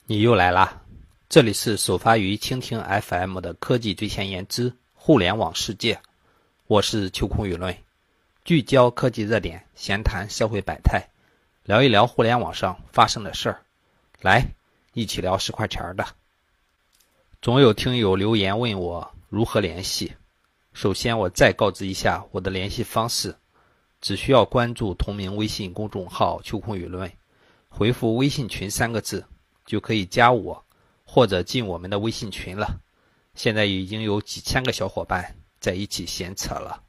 你又来啦！这里是首发于蜻蜓 FM 的科技最前沿之互联网世界，我是秋空舆论，聚焦科技热点，闲谈社会百态，聊一聊互联网上发生的事儿，来一起聊10块钱的。总有听友留言问我如何联系，首先我再告知一下我的联系方式，只需要关注同名微信公众号秋空舆论，回复微信群3个字就可以加我或者进我们的微信群了。现在已经有几千个小伙伴在一起闲扯了。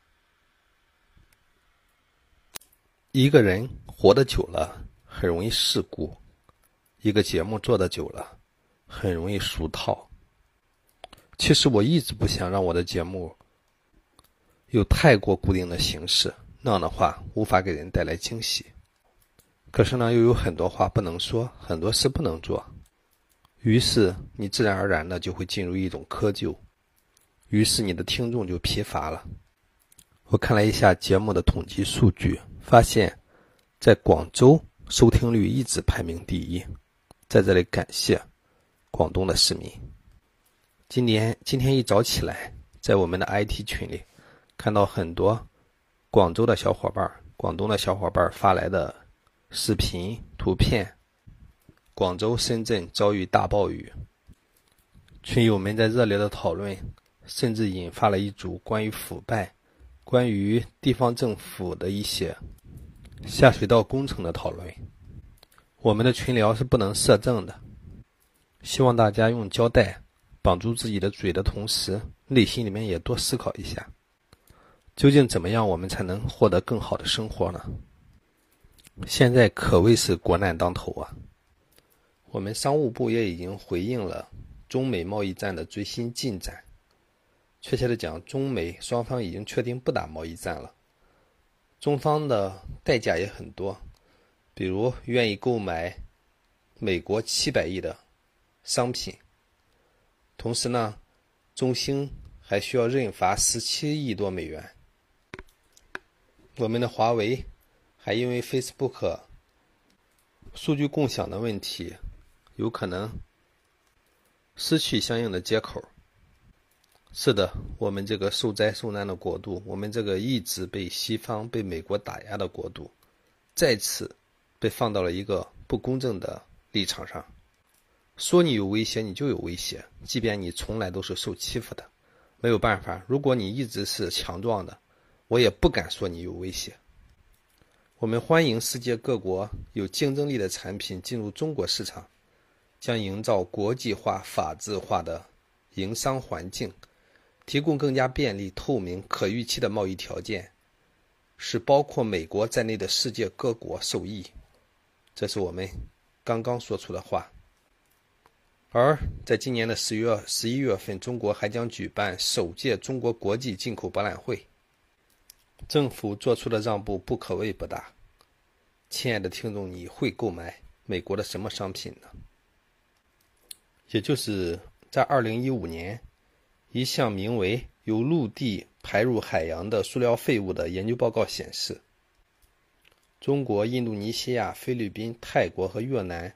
一个人活得久了很容易世故，一个节目做得久了很容易俗套。其实我一直不想让我的节目有太过固定的形式，那样的话无法给人带来惊喜。可是呢，又有很多话不能说，很多事不能做，于是你自然而然的就会进入一种窠臼，于是你的听众就疲乏了。我看了一下节目的统计数据，发现在广州收听率一直排名第一，在这里感谢广东的市民。今天一早起来，在我们的 IT 群里看到很多广东的小伙伴发来的视频图片，广州深圳遭遇大暴雨，群友们在热烈的讨论，甚至引发了一组关于腐败，关于地方政府的一些下水道工程的讨论。我们的群聊是不能摄政的，希望大家用胶带绑住自己的嘴的同时，内心里面也多思考一下，究竟怎么样我们才能获得更好的生活呢？现在可谓是国难当头啊！我们商务部也已经回应了中美贸易战的最新进展，确切的讲，中美双方已经确定不打贸易战了。中方的代价也很多，比如愿意购买美国700亿的商品，同时呢，中兴还需要认罚17亿多美元。我们的华为还因为 Facebook 数据共享的问题，有可能失去相应的接口。是的，我们这个受灾受难的国度，我们这个一直被西方被美国打压的国度，再次被放到了一个不公正的立场上。说你有威胁，你就有威胁，即便你从来都是受欺负的，没有办法，如果你一直是强壮的，我也不敢说你有威胁。我们欢迎世界各国有竞争力的产品进入中国市场，将营造国际化、法治化的营商环境，提供更加便利、透明、可预期的贸易条件，使包括美国在内的世界各国受益。这是我们刚刚说出的话。而在今年的11月份，中国还将举办首届中国国际进口博览会，政府做出的让步不可谓不大。亲爱的听众，你会购买美国的什么商品呢？也就是在2015年，一项名为由陆地排入海洋的塑料废物的研究报告显示，中国、印度尼西亚、菲律宾、泰国和越南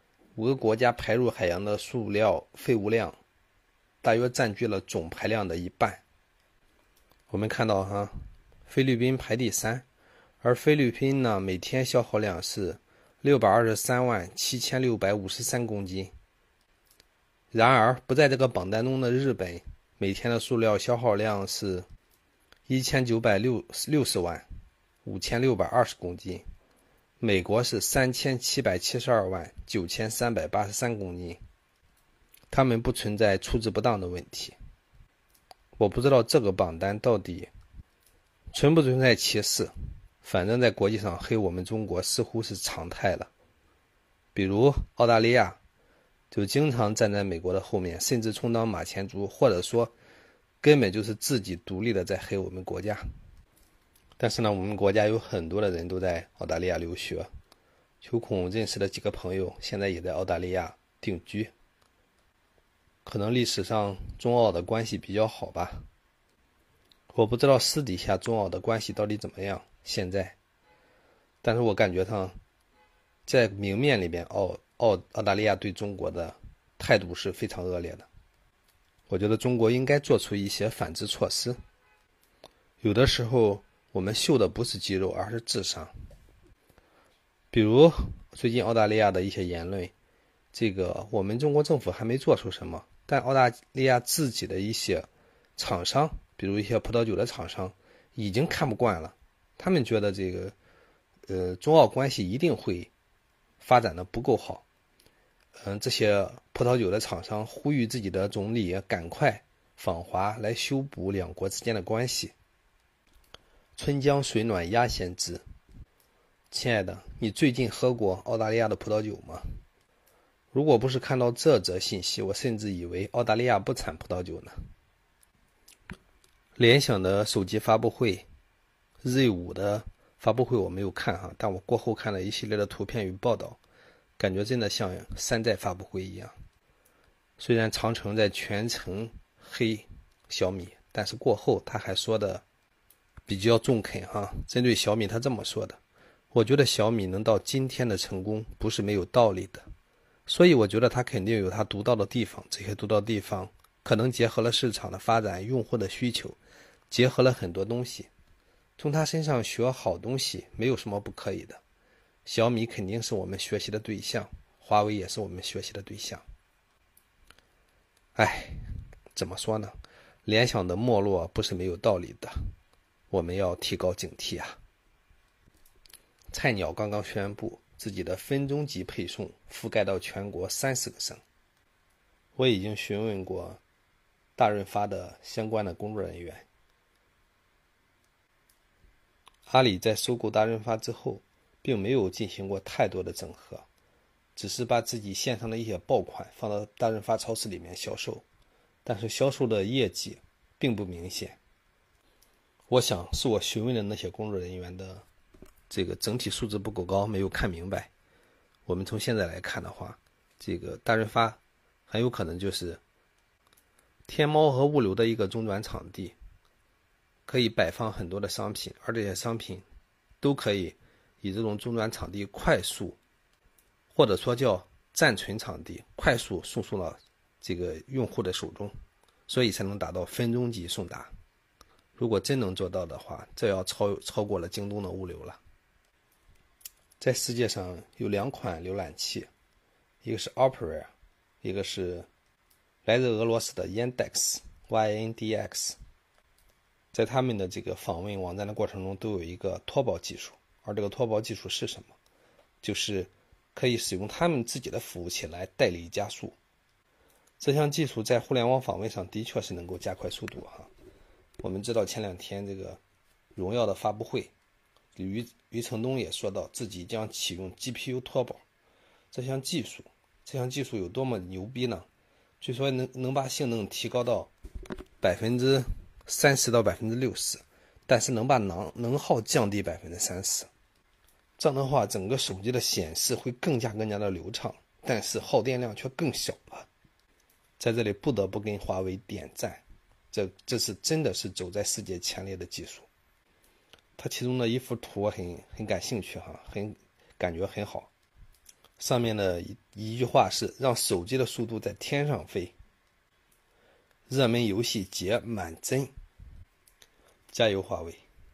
5个国家排入海洋的塑料废物量大约占据了总排量的一半。我们看到菲律宾排第3，而菲律宾呢，每天消耗量是6237653公斤。然而不在这个榜单中的日本，每天的塑料消耗量是1960万5620公斤，美国是3772万9383公斤。他们不存在出质不当的问题。我不知道这个榜单到底存不存在歧视，反正在国际上黑我们中国似乎是常态了。比如澳大利亚就经常站在美国的后面，甚至充当马前卒，或者说根本就是自己独立的在黑我们国家。但是呢，我们国家有很多的人都在澳大利亚留学，秋孔认识的几个朋友现在也在澳大利亚定居，可能历史上中澳的关系比较好吧。我不知道私底下中澳的关系到底怎么样现在，但是我感觉上在明面里边澳大利亚对中国的态度是非常恶劣的。我觉得中国应该做出一些反制措施。有的时候我们秀的不是肌肉，而是智商。比如最近澳大利亚的一些言论，这个我们中国政府还没做出什么，但澳大利亚自己的一些厂商，比如一些葡萄酒的厂商，已经看不惯了。他们觉得这个中澳关系一定会发展的不够好。这些葡萄酒的厂商呼吁自己的总理赶快访华来修补两国之间的关系。春江水暖鸭先知。亲爱的，你最近喝过澳大利亚的葡萄酒吗？如果不是看到这则信息，我甚至以为澳大利亚不产葡萄酒呢。联想的手机发布会 Z5 的发布会我没有看哈，但我过后看了一系列的图片与报道，感觉真的像山寨发布会一样。虽然长城在全程黑小米，但是过后他还说的比较中肯哈。针对小米他这么说的，我觉得小米能到今天的成功不是没有道理的，所以我觉得他肯定有他独到的地方，这些独到地方可能结合了市场的发展、用户的需求，结合了很多东西，从他身上学好东西没有什么不可以的。小米肯定是我们学习的对象，华为也是我们学习的对象。怎么说呢？联想的没落不是没有道理的，我们要提高警惕啊。菜鸟刚刚宣布自己的分钟级配送覆盖到全国30个省。我已经询问过大润发的相关的工作人员。阿里在收购大润发之后，并没有进行过太多的整合，只是把自己线上的一些爆款放到大润发超市里面销售，但是销售的业绩并不明显。我想是我询问的那些工作人员的这个整体素质不够高，没有看明白。我们从现在来看的话，这个大润发很有可能就是天猫和物流的一个中转场地，可以摆放很多的商品，而这些商品都可以以这种中转场地快速，或者说叫暂存场地，快速送到这个用户的手中，所以才能达到分钟级送达。如果真能做到的话，这要超过了京东的物流了。在世界上有2款浏览器，一个是 Opera， 一个是来自俄罗斯的 Yandex。 在他们的这个访问网站的过程中都有一个脱保技术，而这个脱保技术是什么？就是可以使用他们自己的服务器来代理加速。这项技术在互联网访问上的确是能够加快速度哈。我们知道前2天这个荣耀的发布会，余承东也说到自己将启用 GPU 脱保。这项技术有多么牛逼呢？据说能把性能提高到30%到60%，但是能把能耗降低30%。这样的话，整个手机的显示会更加的流畅，但是耗电量却更小了。在这里不得不跟华为点赞，这是真的是走在世界前列的技术。它其中的一幅图我很感兴趣哈，感觉很好。上面的一句话是让手机的速度在天上飞，热门游戏解满帧，加油华为。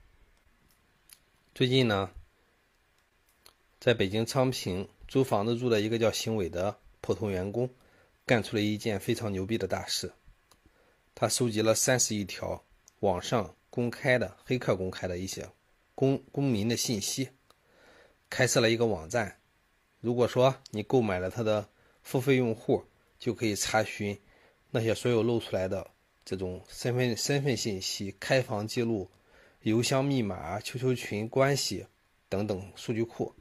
最近呢，在北京昌平租房子住的一个叫邢伟的普通员工，干出了一件非常牛逼的大事。他收集了31条网上公开的黑客公开的一些公民的信息，开设了一个网站。如果说你购买了他的付费用户，就可以查询那些所有露出来的这种身份信息、开房记录、邮箱密码、QQ 群关系等等数据库。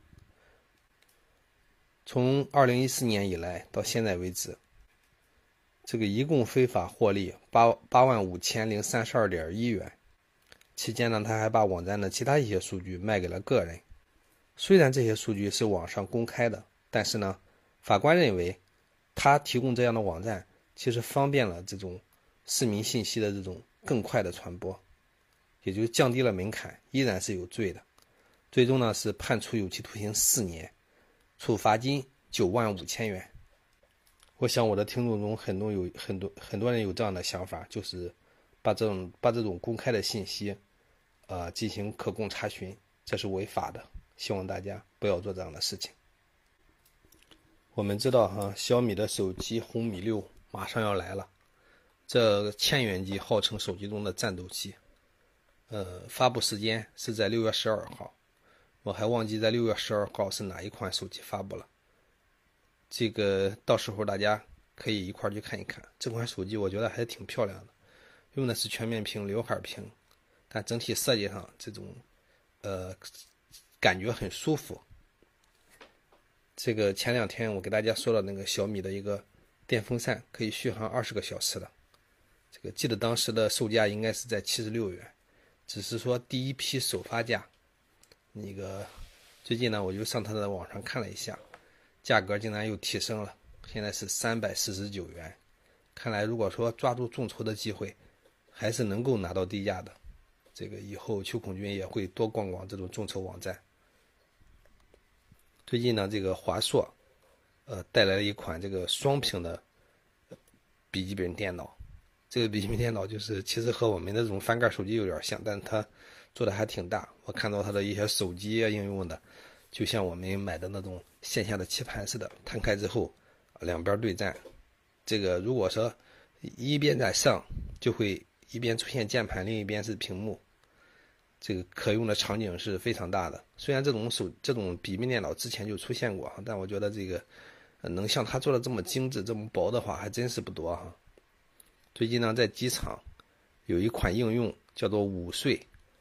从2014年以来到现在为止，这个一共非法获利85032.1元。期间呢，他还把网站的其他一些数据卖给了个人。虽然这些数据是网上公开的，但是呢，法官认为他提供这样的网站其实方便了这种市民信息的这种更快的传播，也就降低了门槛，依然是有罪的。最终呢是判处有期徒刑4年，处罚金 95000元。我想我的听众中很多人有这样的想法，就是把这种公开的信息进行可供查询，这是违法的，希望大家不要做这样的事情。我们知道小米的手机红米6马上要来了，这1000元机号称手机中的战斗机，发布时间是在6月12号，我还忘记在6月12号是哪一款手机发布了。这个到时候大家可以一块去看一看，这款手机我觉得还挺漂亮的，用的是全面屏、刘海屏，但整体设计上这种感觉很舒服。这个前2天我给大家说了那个小米的一个电风扇可以续航20个小时的，这个记得当时的售价应该是在76元，只是说第一批首发价。那个最近呢，我就上他的网上看了一下，价格竟然又提升了，现在是349元。看来如果说抓住众筹的机会，还是能够拿到低价的。这个以后邱孔军也会多逛逛这种众筹网站。最近呢，这个华硕带来了一款这个双屏的笔记本电脑。这个笔记本电脑就是其实和我们的这种翻盖手机有点像，但是它做的还挺大。我看到它的一些手机应用的，就像我们买的那种线下的棋盘似的，摊开之后两边对战。这个如果说一边在上，就会一边出现键盘，另一边是屏幕。这个可用的场景是非常大的。虽然这种笔记本电脑之前就出现过，但我觉得这个能像它做的这么精致、这么薄的话，还真是不多哈。最近呢，在机场有一款应用叫做午睡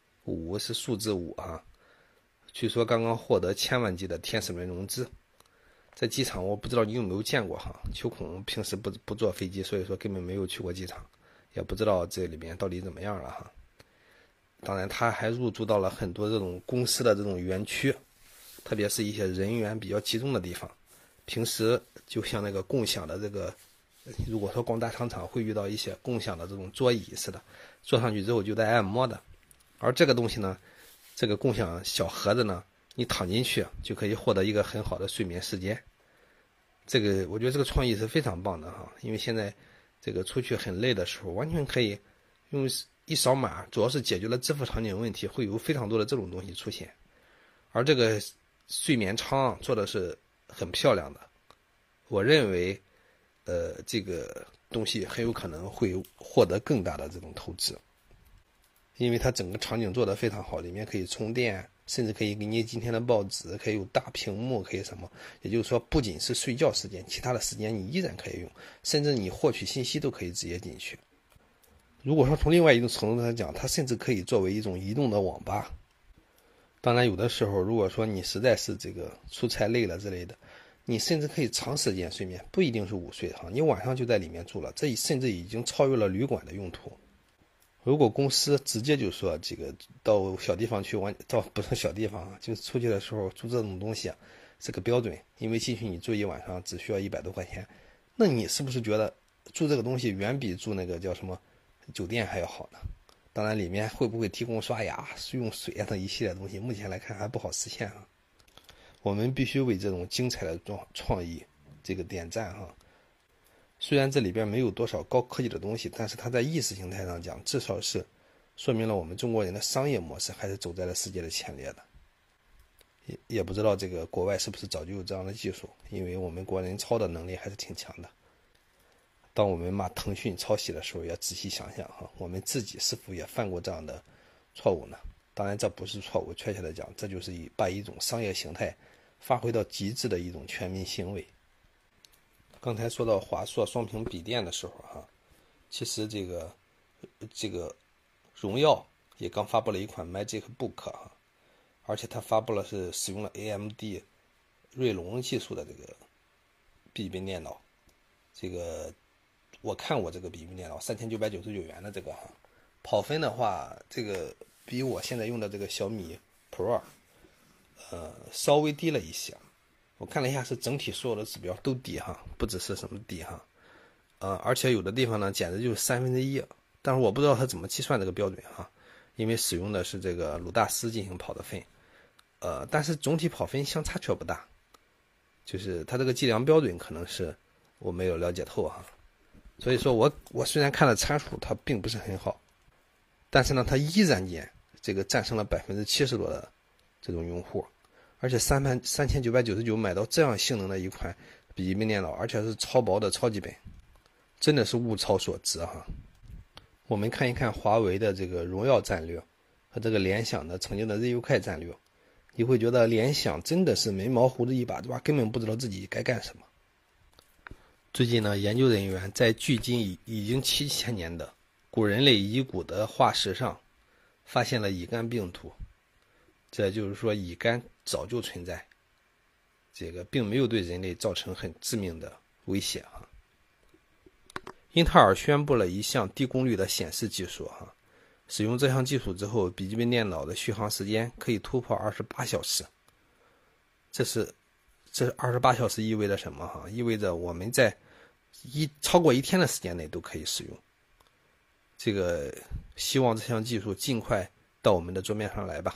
，5是数字5啊，据说刚刚获得1000万级的天使轮融资。在机场，我不知道你有没有见过哈。邱孔平时不坐飞机，所以说根本没有去过机场，也不知道这里面到底怎么样了哈。当然，他还入驻到了很多这种公司的这种园区，特别是一些人员比较集中的地方。平时就像那个共享的这个，如果说逛大商场会遇到一些共享的这种桌椅似的，坐上去之后就带按摩的。而这个东西呢，这个共享小盒子呢，你躺进去就可以获得一个很好的睡眠时间。这个我觉得这个创意是非常棒的哈，因为现在这个出去很累的时候，完全可以用一扫码，主要是解决了支付场景问题，会有非常多的这种东西出现。而这个睡眠舱做的是很漂亮的，我认为这个东西很有可能会获得更大的这种投资，因为它整个场景做得非常好，里面可以充电，甚至可以给你今天的报纸，可以有大屏幕，可以什么，也就是说不仅是睡觉时间，其他的时间你依然可以用，甚至你获取信息都可以直接进去。如果说从另外一种程度上讲，它甚至可以作为一种移动的网吧。当然有的时候如果说你实在是这个出差累了之类的，你甚至可以长时间睡眠，不一定是午睡哈，你晚上就在里面住了，这甚至已经超越了旅馆的用途。如果公司直接就说这个到小地方去玩，不是小地方啊，就是出去的时候住这种东西啊，是个标准，因为进去你住一晚上只需要100多块钱，那你是不是觉得住这个东西远比住那个叫什么酒店还要好呢？当然里面会不会提供刷牙、用水啊等一系列东西，目前来看还不好实现啊。我们必须为这种精彩的创意这个点赞哈。虽然这里边没有多少高科技的东西，但是它在意识形态上讲，至少是说明了我们中国人的商业模式还是走在了世界的前列的。也不知道这个国外是不是早就有这样的技术，因为我们国人抄的能力还是挺强的。当我们骂腾讯抄袭的时候，要仔细想想哈，我们自己是否也犯过这样的错误呢？当然这不是错误，确切的讲，这就是把一种商业形态发挥到极致的一种全民行为。刚才说到华硕双屏笔电的时候哈，其实这个荣耀也刚发布了一款 Magic Book 哈，而且它发布了是使用了 AMD 锐龙技术的这个笔记本电脑。这个我看我这个笔记本电脑3999元的这个哈，跑分的话，这个比我现在用的这个小米 Pro 稍微低了一些。我看了一下，是整体所有的指标都低哈，不只是什么低哈，而且有的地方呢简直就是1/3，但是我不知道它怎么计算这个标准哈，因为使用的是这个鲁大师进行跑的分，但是总体跑分相差却不大。 就是它这个计量标准可能是我没有了解透哈。所以说我虽然看了参数它并不是很好，但是呢它依然间这个战胜了70%多的这种用户，而且3999买到这样性能的一款笔记本电脑，而且是超薄的超级本，真的是物超所值哈。我们看一看华为的这个荣耀战略和这个联想的曾经的日优快战略，你会觉得联想真的是没毛胡子一把抓，根本不知道自己该干什么。最近呢，研究人员在距今已经7000年的古人类遗骨的化石上发现了乙肝病毒，这就是说乙肝早就存在，这个并没有对人类造成很致命的威胁哈。英特尔宣布了一项低功率的显示技术哈，使用这项技术之后，笔记本电脑的续航时间可以突破28小时。这28小时意味着什么哈？意味着我们在超过1天的时间内都可以使用。这个希望这项技术尽快到我们的桌面上来吧。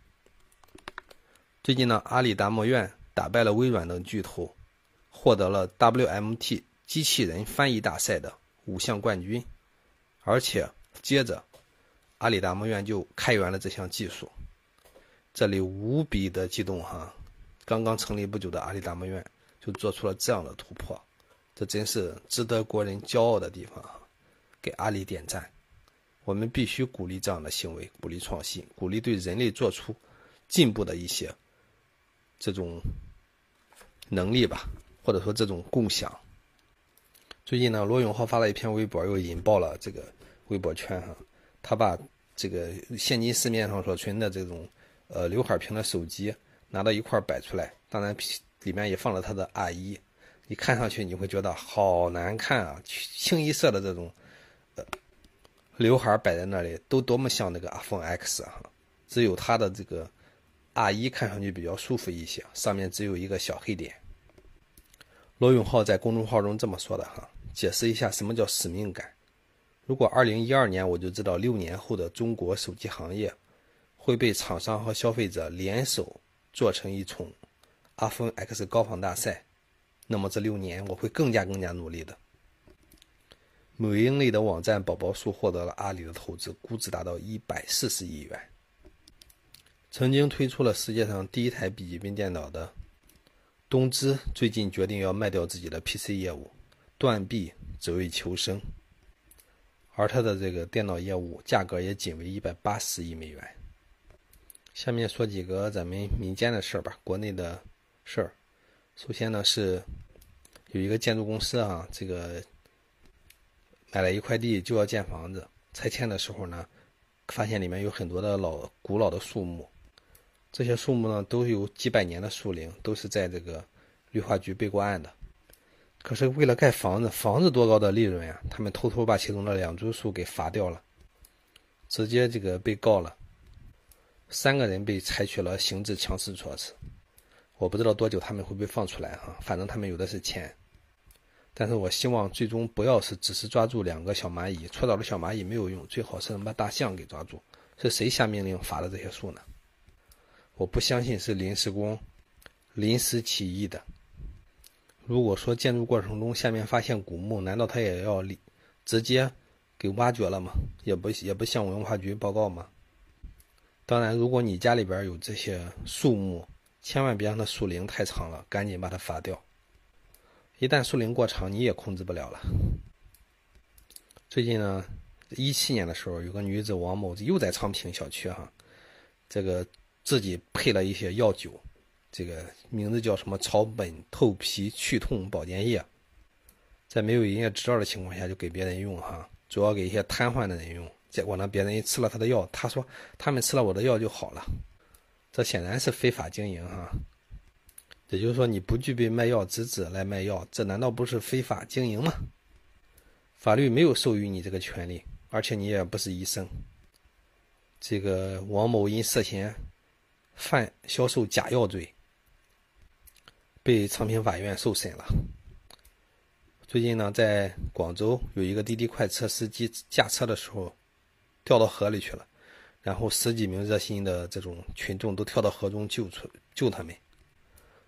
最近呢，阿里达摩院打败了微软等巨头，获得了 WMT 机器人翻译大赛的5项冠军，而且接着阿里达摩院就开源了这项技术，这里无比的激动哈！刚刚成立不久的阿里达摩院就做出了这样的突破，这真是值得国人骄傲的地方哈！给阿里点赞！我们必须鼓励这样的行为，鼓励创新，鼓励对人类做出进步的一些这种能力吧，或者说这种共享。最近呢，罗永浩发了一篇微博，又引爆了这个微博圈哈。他把这个现今市面上所存的这种刘海屏的手机拿到一块摆出来，当然里面也放了他的 R1，你看上去你会觉得好难看啊，清一色的这种刘海摆在那里，都多么像那个 iPhone X 哈。只有他的这个 R1 看上去比较舒服一些，上面只有一个小黑点。罗永浩在公众号中这么说的哈，解释一下什么叫使命感。如果2012年我就知道6年后的中国手机行业会被厂商和消费者联手做成一场 iPhone X 高仿大赛，那么这6年我会更加努力的。某英类的网站宝宝树获得了阿里的投资，估值达到140亿元。曾经推出了世界上第一台笔记本电脑的东芝最近决定要卖掉自己的 PC 业务，断臂只为求生，而它的这个电脑业务价格也仅为180亿美元。下面说几个咱们民间的事儿吧，国内的事儿。首先呢，是有一个建筑公司啊，这个买了一块地就要建房子，拆迁的时候呢，发现里面有很多的古老的树木，这些树木呢都有几百年的树龄，都是在这个绿化局备过案的。可是为了盖房子，房子多高的利润呀，他们偷偷把其中的2株树给伐掉了，直接这个被告了。3个人被采取了刑事强势措施，我不知道多久他们会被放出来哈，反正他们有的是钱。但是我希望最终不要是只是抓住2个小蚂蚁，戳倒了小蚂蚁没有用，最好是能把大象给抓住。是谁下命令伐的这些树呢？我不相信是临时工临时起意的。如果说建筑过程中下面发现古墓，难道他也要直接给挖掘了吗？也不向文化局报告吗？当然，如果你家里边有这些树木，千万别让它树龄太长了，赶紧把它伐掉。一旦树龄过长，你也控制不了了。最近呢，17年的时候，有个女子王某又在昌平小区哈，这个自己配了一些药酒，这个名字叫什么草本透皮去痛保健液，在没有营业执照的情况下就给别人用哈，主要给一些瘫痪的人用。结果呢，别人吃了他的药，他说他们吃了我的药就好了，这显然是非法经营哈。也就是说，你不具备卖药资质来卖药，这难道不是非法经营吗？法律没有授予你这个权利，而且你也不是医生。这个王某因涉嫌贩销售假药罪，被昌平法院受审了。最近呢，在广州有一个滴滴快车司机驾车的时候掉到河里去了，然后10几名热心的这种群众都跳到河中救他们。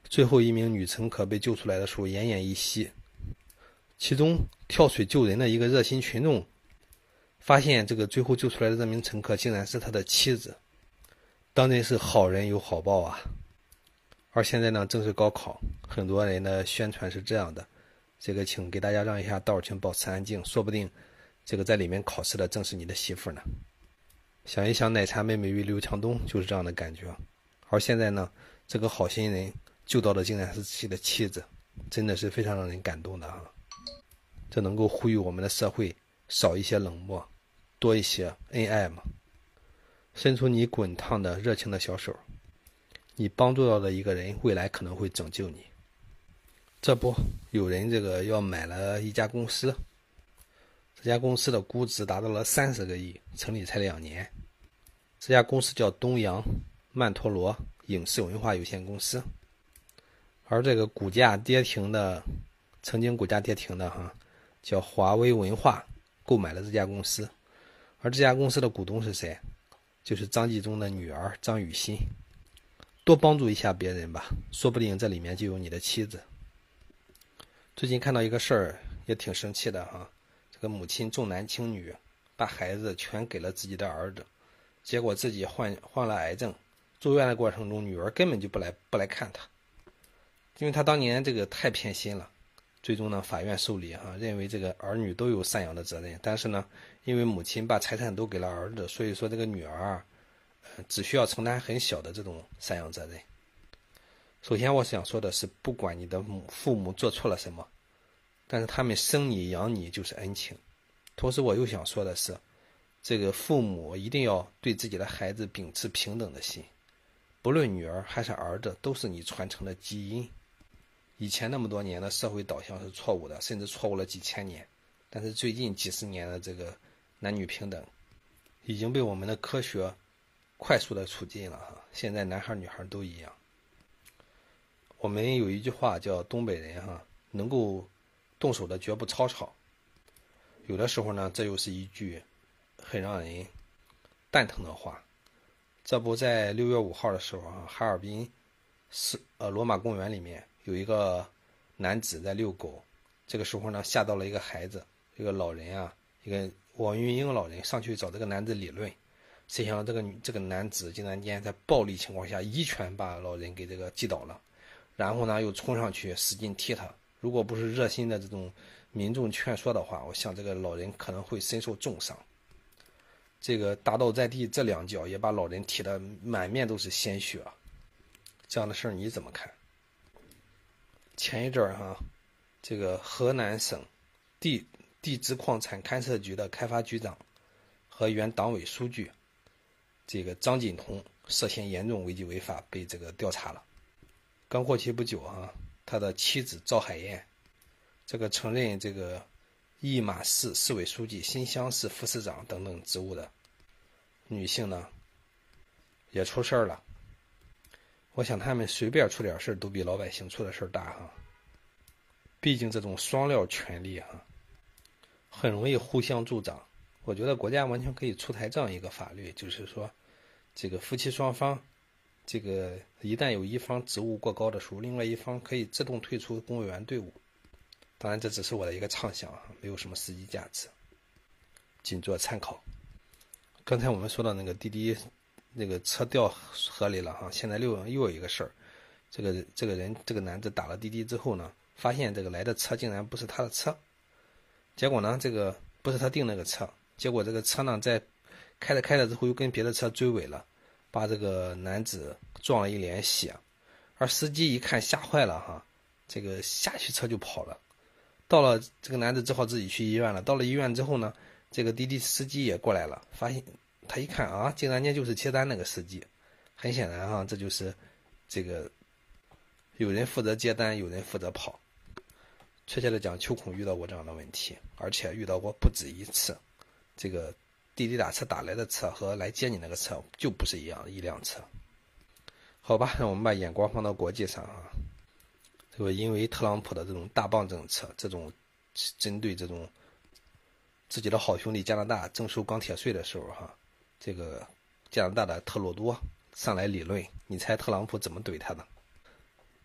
最后一名女乘客被救出来的时候奄奄一息。其中跳水救人的一个热心群众发现，这个最后救出来的这名乘客竟然是他的妻子，当真是好人有好报啊！而现在呢，正是高考，很多人的宣传是这样的：这个请给大家让一下道，请保持安静，说不定这个在里面考试的正是你的媳妇呢。想一想，奶茶妹妹与刘强东就是这样的感觉。而现在呢，这个好心人救到的竟然是自己的妻子，真的是非常让人感动的啊！这能够呼吁我们的社会少一些冷漠，多一些恩爱吗？伸出你滚烫的热情的小手，你帮助到的一个人，未来可能会拯救你。这不，有人这个要买了一家公司，这家公司的估值达到了30个亿，成立才2年。这家公司叫东洋曼陀罗影视文化有限公司。而这个股价跌停的，曾经股价跌停的叫华为文化购买了这家公司。而这家公司的股东是谁？就是张纪中的女儿张雨欣。多帮助一下别人吧，说不定这里面就有你的妻子。最近看到一个事儿也挺生气的这个母亲重男轻女，把孩子全给了自己的儿子，结果自己患了癌症，住院的过程中女儿根本就不来看他，因为他当年这个太偏心了。最终呢，法院受理认为这个儿女都有赡养的责任，但是呢，因为母亲把财产都给了儿子，所以说这个女儿只需要承担很小的这种赡养责任。首先我想说的是，不管你的父母做错了什么，但是他们生你养你就是恩情。同时我又想说的是，这个父母一定要对自己的孩子秉持平等的心，不论女儿还是儿子，都是你传承的基因。以前那么多年的社会导向是错误的，甚至错误了几千年，但是最近几十年的这个男女平等已经被我们的科学快速的促进了现在男孩女孩都一样。我们有一句话叫东北人能够动手的绝不吵吵。有的时候呢，这又是一句很让人蛋疼的话。这不在6月5号的时候哈尔滨罗马公园里面有一个男子在遛狗，这个时候呢吓到了一个孩子，这个老人一个王云英老人上去找这个男子理论，谁想到这个男子竟然间在暴力情况下一拳把老人给这个击倒了，然后呢又冲上去使劲踢他。如果不是热心的这种民众劝说的话，我想这个老人可能会身受重伤。这个打倒在地这2脚也把老人踢得满面都是鲜血。这样的事儿你怎么看？前一阵儿这个河南省地质矿产勘测局的开发局长和原党委书记这个张锦彤涉嫌严重违纪违法被这个调查了。刚过去不久他的妻子赵海燕这个承认这个义马市市委书记、新乡市副市长等等职务的女性呢也出事了。我想他们随便出点事都比老百姓出的事大毕竟这种双料权力很容易互相助长。我觉得国家完全可以出台这样一个法律，就是说这个夫妻双方这个一旦有一方职务过高的时候，另外一方可以自动退出公务员队伍。当然这只是我的一个畅想没有什么实际价值，仅做参考。刚才我们说到那个滴滴那个车掉河里了现在又有一个事儿，这个男子打了滴滴之后呢，发现这个来的车竟然不是他的车，结果呢这个不是他订那个车，结果这个车呢在开着之后又跟别的车追尾了，把这个男子撞了一脸血，而司机一看吓坏了这个下去车就跑了。到了这个男子只好自己去医院了。到了医院之后呢，这个滴滴司机也过来了，发现他一看竟然间就是接单那个司机。很显然这就是这个有人负责接单，有人负责跑。确切的讲，秋孔遇到过这样的问题，而且遇到过不止一次。这个滴滴打车打来的车和来接你那个车就不是一辆车。好吧，让我们把眼光放到国际上这个因为特朗普的这种大棒政策，这种针对这种自己的好兄弟加拿大征收钢铁税的时候这个加拿大的特鲁多上来理论，你猜特朗普怎么怼他的？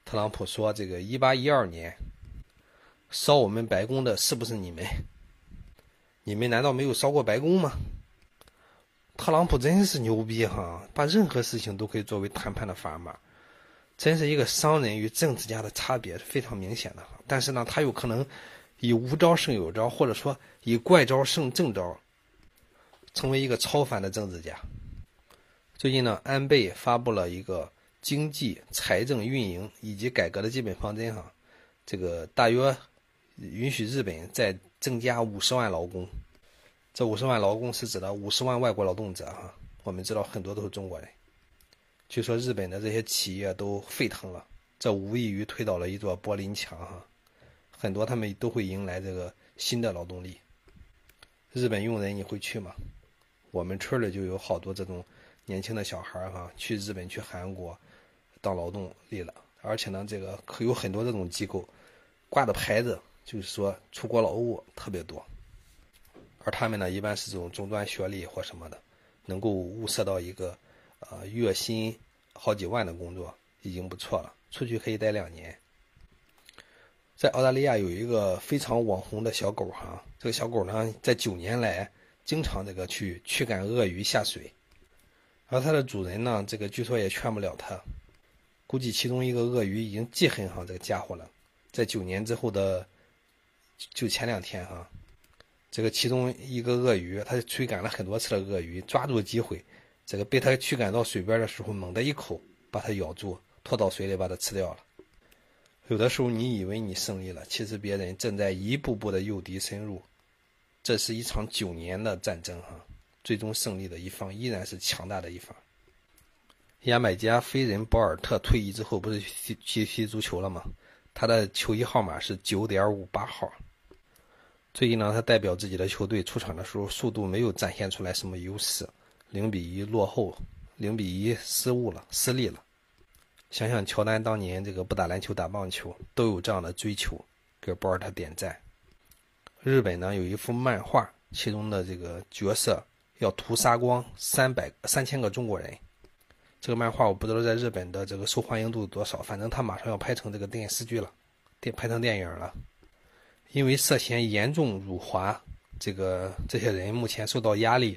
特朗普说这个1812年烧我们白宫的是不是你们？你们难道没有烧过白宫吗？特朗普真是牛逼哈，把任何事情都可以作为谈判的砝码，真是一个商人与政治家的差别是非常明显的。但是呢，他有可能以无招胜有招，或者说以怪招胜正招，成为一个超凡的政治家。最近呢，安倍发布了一个经济、财政、运营以及改革的基本方针哈，这个大约允许日本再增加50万劳工。这50万劳工是指的50万外国劳动者哈，我们知道很多都是中国人。据说日本的这些企业都沸腾了，这无异于推倒了一座柏林墙哈，很多他们都会迎来这个新的劳动力。日本用人你会去吗？我们村里就有好多这种年轻的小孩哈，去日本去韩国当劳动力了，而且呢，这个可有很多这种机构挂的牌子，就是说出国劳务特别多。而他们呢，一般是这种中专学历或什么的，能够物色到一个月薪好几万的工作已经不错了，出去可以待2年。在澳大利亚有一个非常网红的小狗哈，这个小狗呢，在9年来经常这个去驱赶鳄鱼下水，而它的主人呢，这个据说也劝不了它，估计其中一个鳄鱼已经记恨上这个家伙了。在9年之后的就前2天哈，这个其中一个鳄鱼，它驱赶了很多次的鳄鱼，抓住机会，这个被它驱赶到水边的时候，猛地一口把它咬住，拖到水里把它吃掉了。有的时候你以为你胜利了，其实别人正在一步步的诱敌深入。这是一场9年的战争哈，最终胜利的一方依然是强大的一方。牙买加飞人博尔特退役之后不是去踢足球了吗？他的球衣号码是 9.58 号。最近呢，他代表自己的球队出场的时候，速度没有展现出来什么优势，0-1落后，0-1失利了。想想乔丹当年这个不打篮球打棒球都有这样的追求，给博尔特点赞。日本呢有一幅漫画，其中的这个角色要屠杀光3000个中国人。这个漫画我不知道在日本的这个受欢迎度有多少，反正他马上要拍成这个电视剧了，拍成电影了。因为涉嫌严重辱华，这些人目前受到压力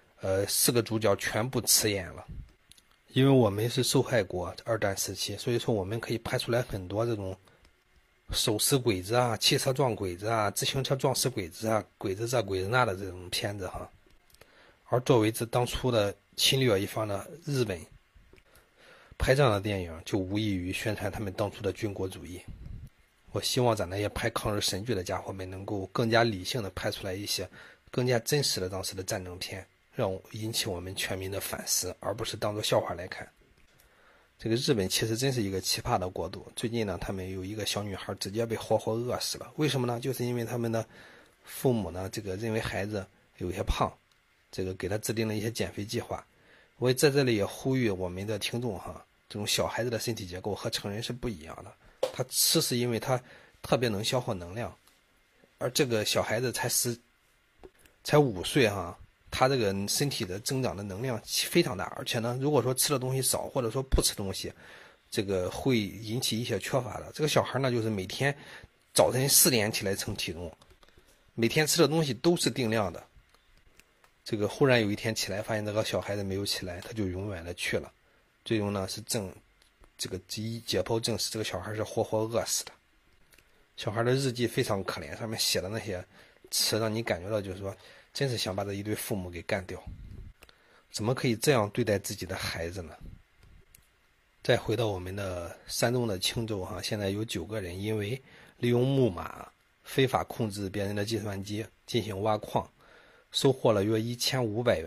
，4个主角全部辞演了。因为我们是受害国，2战时期，所以说我们可以拍出来很多这种手撕鬼子啊、汽车撞鬼子啊、自行车撞死鬼子啊、鬼子这鬼子那的这种片子哈。而作为这当初的侵略一方的日本，拍这样的电影就无异于宣传他们当初的军国主义。我希望咱那些拍抗日神剧的家伙们能够更加理性的拍出来一些更加真实的当时的战争片，引起我们全民的反思，而不是当作笑话来看。这个日本其实真是一个奇葩的国度。最近呢，他们有一个小女孩直接被活活饿死了。为什么呢？就是因为他们的父母呢，这个认为孩子有些胖，这个给他制定了一些减肥计划。我在这里也呼吁我们的听众哈，这种小孩子的身体结构和成人是不一样的。他吃是因为他特别能消耗能量，而这个小孩子才5岁哈，他这个身体的增长的能量非常大，而且呢，如果说吃的东西少，或者说不吃东西，这个会引起一些缺乏的。这个小孩呢，就是每天早晨4点起来称体重，每天吃的东西都是定量的。这个忽然有一天起来，发现这个小孩子没有起来，他就永远的去了。最终呢，是这个解剖证实这个小孩是活活饿死的。小孩的日记非常可怜，上面写的那些词让你感觉到就是说真是想把这一对父母给干掉，怎么可以这样对待自己的孩子呢？再回到我们的山东的青州哈，现在有9个人因为利用木马非法控制别人的计算机进行挖矿，收获了约1500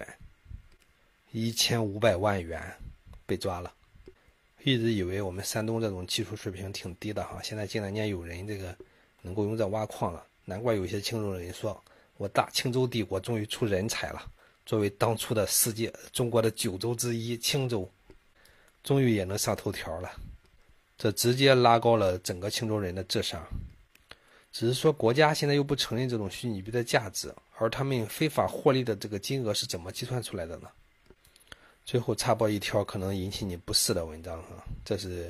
万元，被抓了。一直以为我们山东这种技术水平挺低的哈，现在竟然间有人这个能够用这挖矿了，难怪有些青州人说，我大青州帝国终于出人才了。作为当初的中国的9州之一，青州终于也能上头条了，这直接拉高了整个青州人的智商。只是说国家现在又不承认这种虚拟币的价值，而他们非法获利的这个金额是怎么计算出来的呢？最后插播一条可能引起你不适的文章哈，这是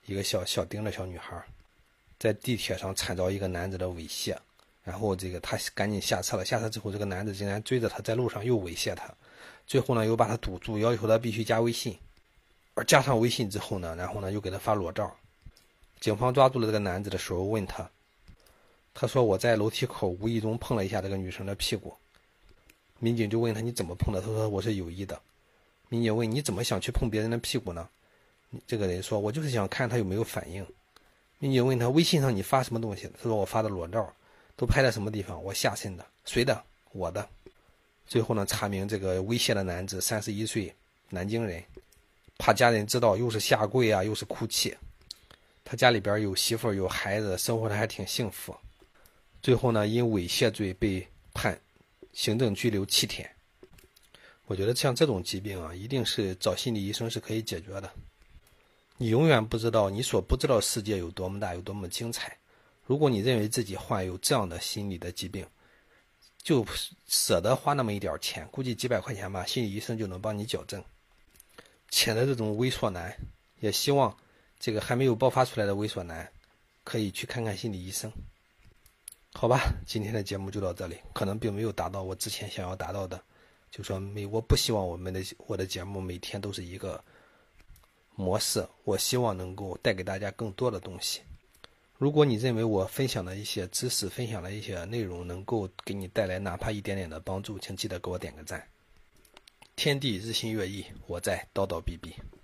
一个小丁的小女孩，在地铁上惨遭一个男子的猥亵，然后她赶紧下车了。下车之后，这个男子竟然追着她在路上又猥亵她，最后呢又把她堵住，要求她必须加微信。而加上微信之后呢，然后呢又给她发裸照。警方抓住了这个男子的时候问他说我在楼梯口无意中碰了一下这个女生的屁股。民警就问他你怎么碰的？他说我是有意的。民警问你怎么想去碰别人的屁股呢？这个人说我就是想看他有没有反应。民警问他微信上你发什么东西？他说我发的裸照，都拍在什么地方？我下身的。谁的？我的。最后呢，查明这个猥亵的男子31岁，南京人，怕家人知道又是下跪啊又是哭泣。他家里边有媳妇有孩子，生活的还挺幸福。最后呢，因猥亵罪被判行政拘留7天。我觉得像这种疾病啊，一定是找心理医生是可以解决的。你永远不知道你所不知道世界有多么大，有多么精彩。如果你认为自己患有这样的心理的疾病，就舍得花那么一点钱，估计几百块钱吧，心理医生就能帮你矫正。且的这种猥琐男，也希望这个还没有爆发出来的猥琐男可以去看看心理医生。好吧，今天的节目就到这里，可能并没有达到我之前想要达到的，就说我不希望我的节目每天都是一个模式，我希望能够带给大家更多的东西。如果你认为我分享的一些知识，分享的一些内容能够给你带来哪怕一点点的帮助，请记得给我点个赞。天地日新月异，我在叨叨逼逼。